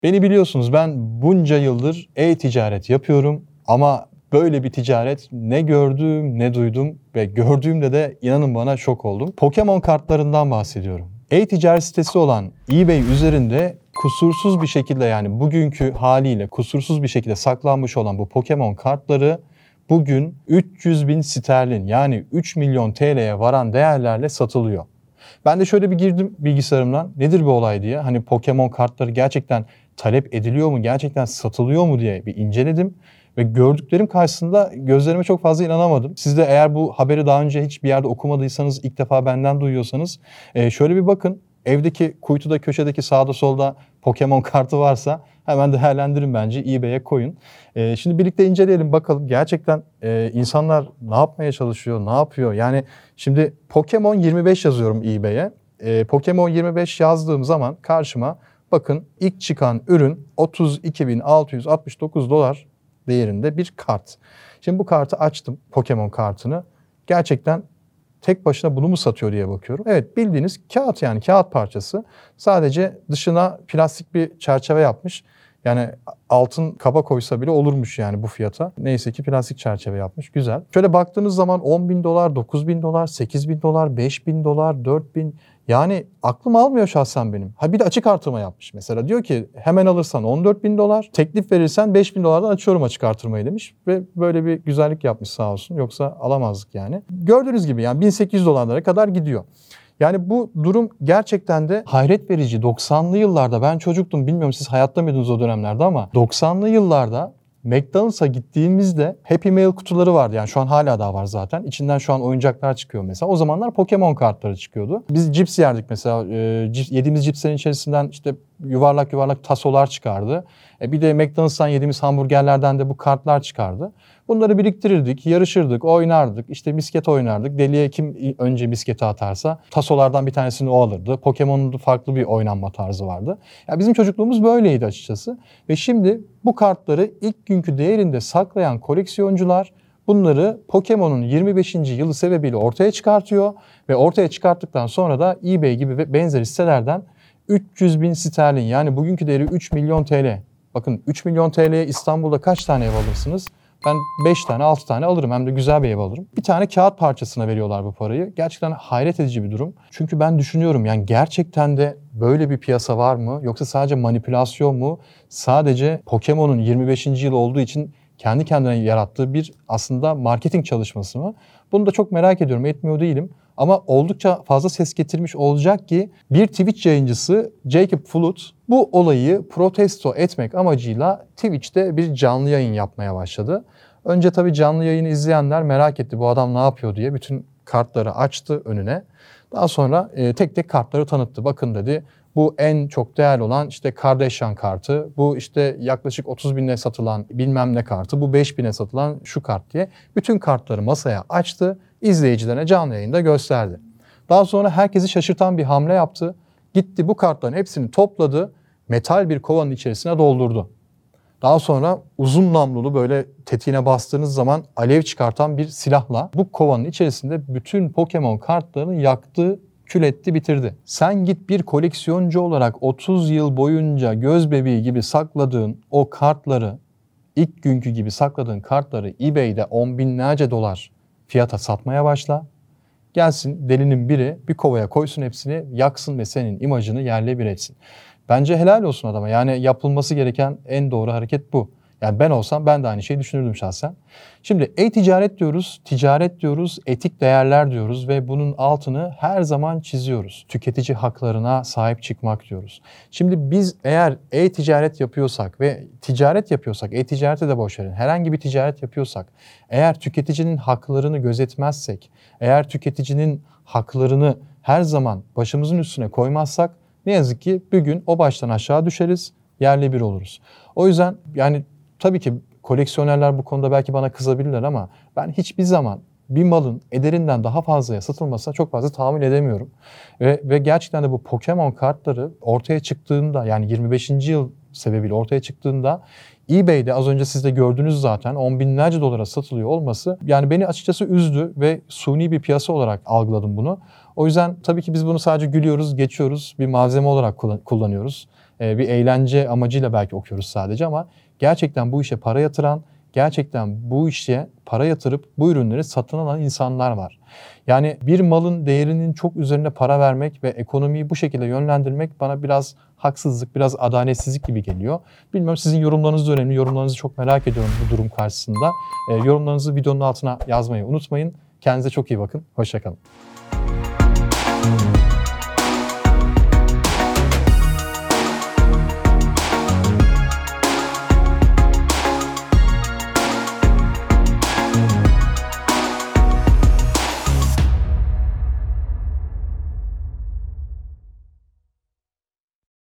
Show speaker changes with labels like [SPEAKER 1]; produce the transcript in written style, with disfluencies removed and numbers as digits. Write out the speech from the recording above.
[SPEAKER 1] Beni biliyorsunuz, ben bunca yıldır e-ticaret yapıyorum ama böyle bir ticaret ne gördüm ne duydum ve gördüğümde de inanın bana şok oldum. Pokemon kartlarından bahsediyorum. E-ticaret sitesi olan eBay üzerinde kusursuz bir şekilde, yani bugünkü haliyle kusursuz bir şekilde saklanmış olan bu Pokemon kartları bugün 300 bin sterlin, yani 3 milyon TL'ye varan değerlerle satılıyor. Ben de şöyle bir girdim bilgisayarımdan, nedir bu olay diye. Hani Pokemon kartları gerçekten talep ediliyor mu, gerçekten satılıyor mu diye bir inceledim. Ve gördüklerim karşısında gözlerime çok fazla inanamadım. Siz de eğer bu haberi daha önce hiçbir yerde okumadıysanız, ilk defa benden duyuyorsanız şöyle bir bakın. Evdeki kuytuda, köşedeki, sağda solda Pokemon kartı varsa hemen değerlendirin bence. eBay'e koyun. Şimdi birlikte inceleyelim bakalım. Gerçekten insanlar ne yapmaya çalışıyor, ne yapıyor? Yani şimdi Pokemon 25 yazıyorum eBay'e. Pokemon 25 yazdığım zaman karşıma bakın ilk çıkan ürün 32.669 dolar değerinde bir kart. Şimdi bu kartı açtım, Pokemon kartını. Gerçekten tek başına bunu mu satıyor diye bakıyorum. Evet, bildiğiniz kağıt, yani kağıt parçası. Sadece dışına plastik bir çerçeve yapmış. Yani altın kaba koysa bile olurmuş yani bu fiyata. Neyse ki plastik çerçeve yapmış. Güzel. Şöyle baktığınız zaman 10 bin dolar, 9 bin dolar, 8 bin dolar, 5 bin dolar, 4 bin. Yani aklım almıyor şahsen benim. Ha bir de açık artırma yapmış. Mesela diyor ki hemen alırsan 14 bin dolar, teklif verirsen 5 bin dolardan açıyorum açık artırmayı demiş. Ve böyle bir güzellik yapmış sağ olsun. Yoksa alamazdık yani. Gördüğünüz gibi yani 1800 dolarlara kadar gidiyor. Yani bu durum gerçekten de hayret verici. 90'lı yıllarda ben çocuktum, bilmiyorum siz hayatta mıydınız o dönemlerde, ama 90'lı yıllarda McDonald's'a gittiğimizde Happy Meal kutuları vardı. Yani şu an hala daha var zaten. İçinden şu an oyuncaklar çıkıyor mesela. O zamanlar Pokemon kartları çıkıyordu. Biz cips yerdik mesela. Yediğimiz cipslerin içerisinden işte yuvarlak yuvarlak tasolar çıkardı. Bir de McDonald's'tan yediğimiz hamburgerlerden de bu kartlar çıkardı. Bunları biriktirirdik, yarışırdık, oynardık, işte misket oynardık. Deliye kim önce misketi atarsa tasolardan bir tanesini o alırdı. Pokemon'un farklı bir oynanma tarzı vardı. Ya bizim çocukluğumuz böyleydi açıkçası. Ve şimdi bu kartları ilk günkü değerinde saklayan koleksiyoncular bunları Pokemon'un 25. yılı sebebiyle ortaya çıkartıyor. Ve ortaya çıkarttıktan sonra da eBay gibi benzeri sitelerden 300 bin sterlin, yani bugünkü değeri 3 milyon TL. Bakın 3 milyon TL'ye İstanbul'da kaç tane ev alırsınız? Ben 5 tane 6 tane alırım, hem de güzel bir ev alırım. Bir tane kağıt parçasına veriyorlar bu parayı. Gerçekten hayret edici bir durum. Çünkü ben düşünüyorum, yani gerçekten de böyle bir piyasa var mı? Yoksa sadece manipülasyon mu? Sadece Pokemon'un 25. yıl olduğu için kendi kendine yarattığı bir aslında marketing çalışması mı? Bunu da çok merak ediyorum, etmiyor değilim. Ama oldukça fazla ses getirmiş olacak ki bir Twitch yayıncısı Jacob Flood bu olayı protesto etmek amacıyla Twitch'te bir canlı yayın yapmaya başladı. Önce tabii canlı yayını izleyenler merak etti, bu adam ne yapıyor diye. Bütün kartları açtı önüne. Daha sonra tek tek kartları tanıttı. Bakın dedi, bu en çok değerli olan işte Kardashian kartı, bu işte yaklaşık 30 bine satılan bilmem ne kartı, bu 5 bine satılan şu kart diye. Bütün kartları masaya açtı, izleyicilerine canlı yayında gösterdi. Daha sonra herkesi şaşırtan bir hamle yaptı. Gitti bu kartların hepsini topladı, metal bir kovanın içerisine doldurdu. Daha sonra uzun namlulu, böyle tetiğine bastığınız zaman alev çıkartan bir silahla bu kovanın içerisinde bütün Pokemon kartlarını yaktı, kül etti, bitirdi. Sen git bir koleksiyoncu olarak 30 yıl boyunca göz bebeği gibi sakladığın o kartları, ilk günkü gibi sakladığın kartları eBay'de 10 binlerce dolar fiyata satmaya başla. Gelsin delinin biri bir kovaya koysun hepsini, yaksın ve senin imajını yerle bir etsin. Bence helal olsun adama. Yani yapılması gereken en doğru hareket bu. Yani ben olsam ben de aynı şeyi düşünürdüm şahsen. Şimdi e-ticaret diyoruz, ticaret diyoruz, etik değerler diyoruz ve bunun altını her zaman çiziyoruz. Tüketici haklarına sahip çıkmak diyoruz. Şimdi biz eğer e-ticaret yapıyorsak ve ticaret yapıyorsak, e-ticareti de boş verin, herhangi bir ticaret yapıyorsak, eğer tüketicinin haklarını gözetmezsek, eğer tüketicinin haklarını her zaman başımızın üstüne koymazsak, ne yazık ki bir gün o baştan aşağı düşeriz, yerle bir oluruz. O yüzden yani tabii ki koleksiyonerler bu konuda belki bana kızabilirler ama ben hiçbir zaman bir malın ederinden daha fazlaya satılmasına çok fazla tahammül edemiyorum. Ve gerçekten de bu Pokemon kartları ortaya çıktığında, yani 25. yıl sebebiyle ortaya çıktığında eBay'de az önce siz de gördünüz zaten 10 binlerce dolara satılıyor olması yani beni açıkçası üzdü ve suni bir piyasa olarak algıladım bunu. O yüzden tabii ki biz bunu sadece gülüyoruz, geçiyoruz, bir malzeme olarak kullanıyoruz. bir eğlence amacıyla belki okuyoruz sadece ama gerçekten bu işe para yatıran, gerçekten bu işe para yatırıp bu ürünleri satın alan insanlar var. Yani bir malın değerinin çok üzerine para vermek ve ekonomiyi bu şekilde yönlendirmek bana biraz haksızlık, biraz adaletsizlik gibi geliyor. Bilmiyorum, sizin yorumlarınız da önemli. Yorumlarınızı çok merak ediyorum bu durum karşısında. Yorumlarınızı videonun altına yazmayı unutmayın. Kendinize çok iyi bakın. Hoşça kalın.